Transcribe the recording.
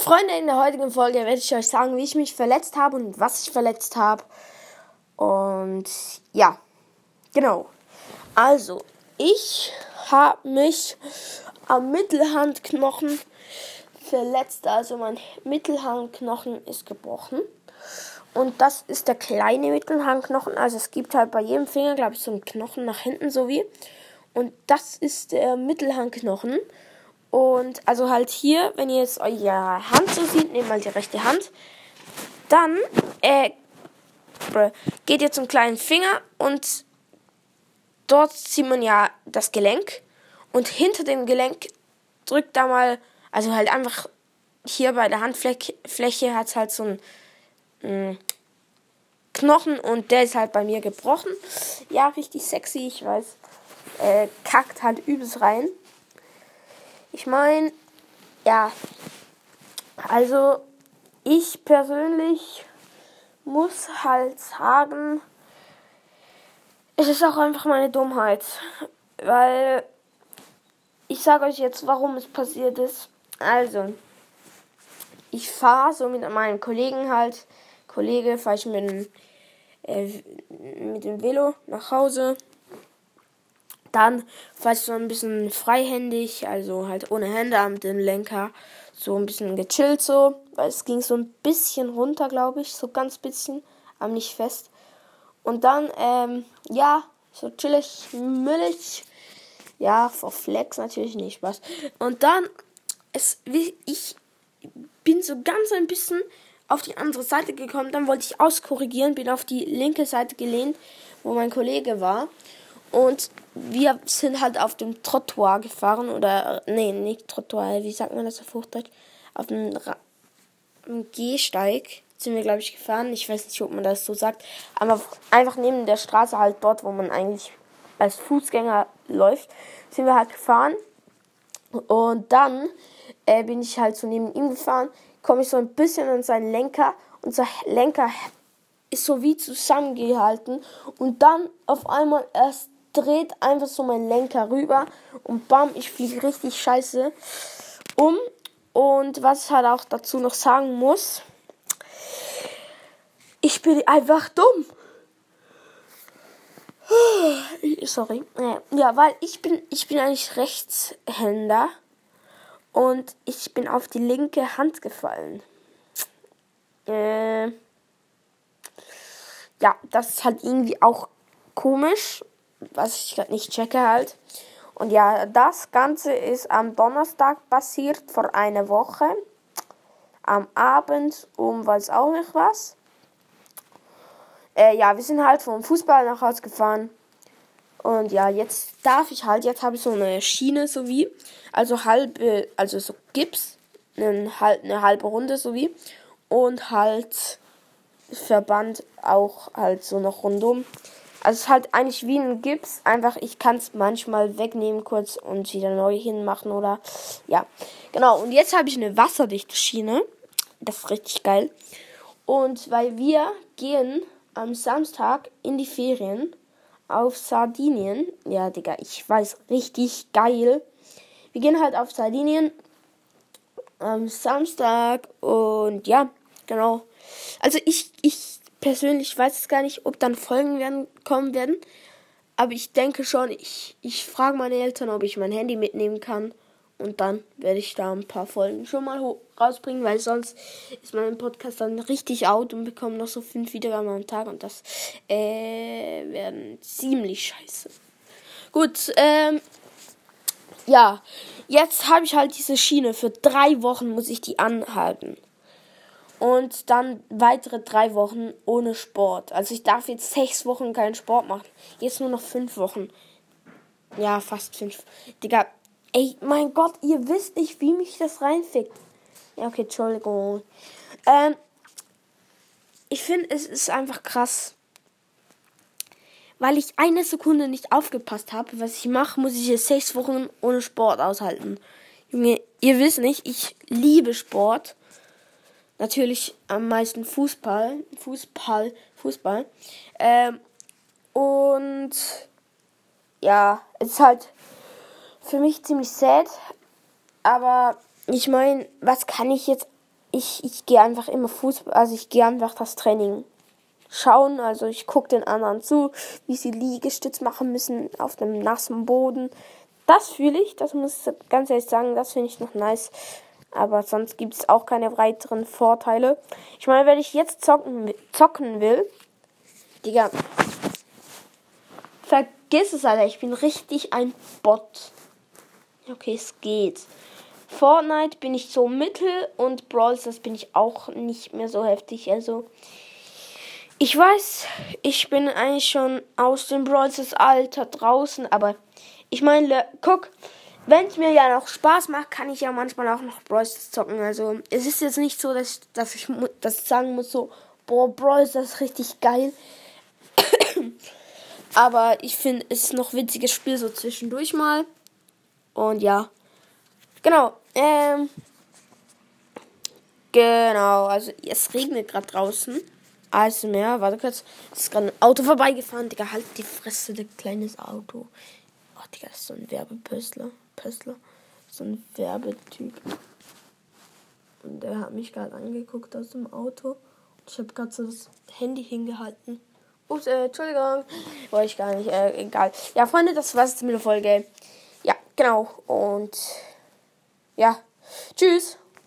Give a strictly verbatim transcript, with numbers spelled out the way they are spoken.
Freunde, in der heutigen Folge werde ich euch sagen, wie ich mich verletzt habe und was ich verletzt habe. Und ja, genau. Also, ich habe mich am Mittelhandknochen verletzt. Also mein Mittelhandknochen ist gebrochen. Und das ist der kleine Mittelhandknochen. Also es gibt halt bei jedem Finger, glaube ich, so einen Knochen nach hinten so wie. Und das ist der Mittelhandknochen. Und also halt hier, wenn ihr jetzt eure Hand so seht, nehmt mal die rechte Hand. Dann äh, geht ihr zum kleinen Finger und dort sieht man ja das Gelenk. Und hinter dem Gelenk drückt da mal, also halt einfach hier bei der Handfläche hat es halt so ein mh, Knochen und der ist halt bei mir gebrochen. Ja, richtig sexy, ich weiß. Äh, kackt halt übelst rein. Ich meine, ja, also ich persönlich muss halt sagen, es ist auch einfach meine Dummheit, weil ich sage euch jetzt, warum es passiert ist. Also, ich fahre so mit meinem Kollegen halt, Kollege, fahre ich mit dem, äh, mit dem Velo nach Hause. Dann fahre ich so ein bisschen freihändig, also halt ohne Hände mit dem Lenker, so ein bisschen gechillt so, weil es ging so ein bisschen runter, glaube ich, so ganz bisschen, aber nicht fest. Und dann, ähm, ja, so chillig, müllig, ja, vor Flex natürlich nicht, was. Und dann, es, ich bin so ganz ein bisschen auf die andere Seite gekommen, dann wollte ich auskorrigieren, bin auf die linke Seite gelehnt, wo mein Kollege war. Und wir sind halt auf dem Trottoir gefahren, oder, nee, nicht Trottoir, wie sagt man das auf Hochdeutsch? Auf dem Ra- Gehsteig sind wir, glaube ich, gefahren. Ich weiß nicht, ob man das so sagt, aber einfach neben der Straße halt dort, wo man eigentlich als Fußgänger läuft, sind wir halt gefahren. Und dann äh, bin ich halt so neben ihm gefahren, komme ich so ein bisschen an seinen Lenker und sein Lenker ist so wie zusammengehalten und dann auf einmal erst dreht einfach so mein Lenker rüber und bam, ich fliege richtig scheiße um. Und was ich halt auch dazu noch sagen muss, ich bin einfach dumm. Sorry. Ja, weil ich bin, ich bin eigentlich Rechtshänder und ich bin auf die linke Hand gefallen. Äh, ja, das ist halt irgendwie auch komisch, was ich gerade nicht checke halt. Und ja, das Ganze ist am Donnerstag passiert, vor einer Woche. Am Abend um, weiß auch nicht was. Äh, ja, wir sind halt vom Fußball nach Hause gefahren. Und ja, jetzt darf ich halt, jetzt habe ich so eine Schiene so wie, also halbe, also so Gips, eine, eine halbe Runde so wie. Und halt Verband auch halt so noch rundum. Also es ist halt eigentlich wie ein Gips, einfach ich kann es manchmal wegnehmen kurz und wieder neu hinmachen oder ja. Genau, und jetzt habe ich eine wasserdichte Schiene, das ist richtig geil. Und weil wir gehen am Samstag in die Ferien auf Sardinien, ja Digga, ich weiß, richtig geil. Wir gehen halt auf Sardinien am Samstag und ja, genau. Also ich, ich persönlich weiß es gar nicht, ob dann Folgen werden, kommen werden. Aber ich denke schon, ich, ich frage meine Eltern, ob ich mein Handy mitnehmen kann. Und dann werde ich da ein paar Folgen schon mal ho- rausbringen, weil sonst ist mein Podcast dann richtig out und bekomme noch so fünf Wiedergaben am Tag. Und das äh, werden ziemlich scheiße. Gut, ähm, ja, jetzt habe ich halt diese Schiene. Für drei Wochen muss ich die anhalten. Und dann weitere drei Wochen ohne Sport. Also ich darf jetzt sechs Wochen keinen Sport machen. Jetzt nur noch fünf Wochen. Ja, fast fünf. Digga, ey, mein Gott, ihr wisst nicht, wie mich das reinfickt. Ja, okay, Entschuldigung. Ähm, ich finde, es ist einfach krass. Weil ich eine Sekunde nicht aufgepasst habe, was ich mache, muss ich jetzt sechs Wochen ohne Sport aushalten. Junge, ihr wisst nicht, ich liebe Sport. Natürlich am meisten Fußball, Fußball, Fußball. Ähm, und ja, es ist halt für mich ziemlich sad. Aber ich meine, was kann ich jetzt ich, ich gehe einfach immer Fußball, also ich gehe einfach das Training schauen. Also ich gucke den anderen zu, wie sie Liegestütz machen müssen auf einem nassen Boden. Das fühle ich, das muss ich ganz ehrlich sagen, das finde ich noch nice. Aber sonst gibt es auch keine weiteren Vorteile. Ich meine, wenn ich jetzt zocken, zocken will, Digga, vergiss es, Alter, ich bin richtig ein Bot. Okay, es geht. Fortnite bin ich so mittel und Brawl Stars bin ich auch nicht mehr so heftig. Also, ich weiß, ich bin eigentlich schon aus dem Brawl Stars Alter draußen, aber ich meine, guck, wenn es mir ja noch Spaß macht, kann ich ja manchmal auch noch Brawl Stars zocken. Also, es ist jetzt nicht so, dass, dass, ich, dass ich sagen muss, so, boah, Brawl Stars ist richtig geil. Aber ich finde, es ist noch ein witziges Spiel so zwischendurch mal. Und ja, genau, ähm, genau, also es regnet gerade draußen. Also mehr, warte kurz, es ist gerade ein Auto vorbeigefahren, Digga, halt die Fresse, der kleines Auto. Oh, Digga, das ist so ein Werbepöstler, Pöstler, so ein Werbetyp. Und der hat mich gerade angeguckt aus dem Auto. Und ich habe gerade so das Handy hingehalten. Ups, äh, Entschuldigung, wollte ich gar nicht, äh, egal. Ja, Freunde, das war's jetzt mit der Folge. Ja, genau, und ja, tschüss.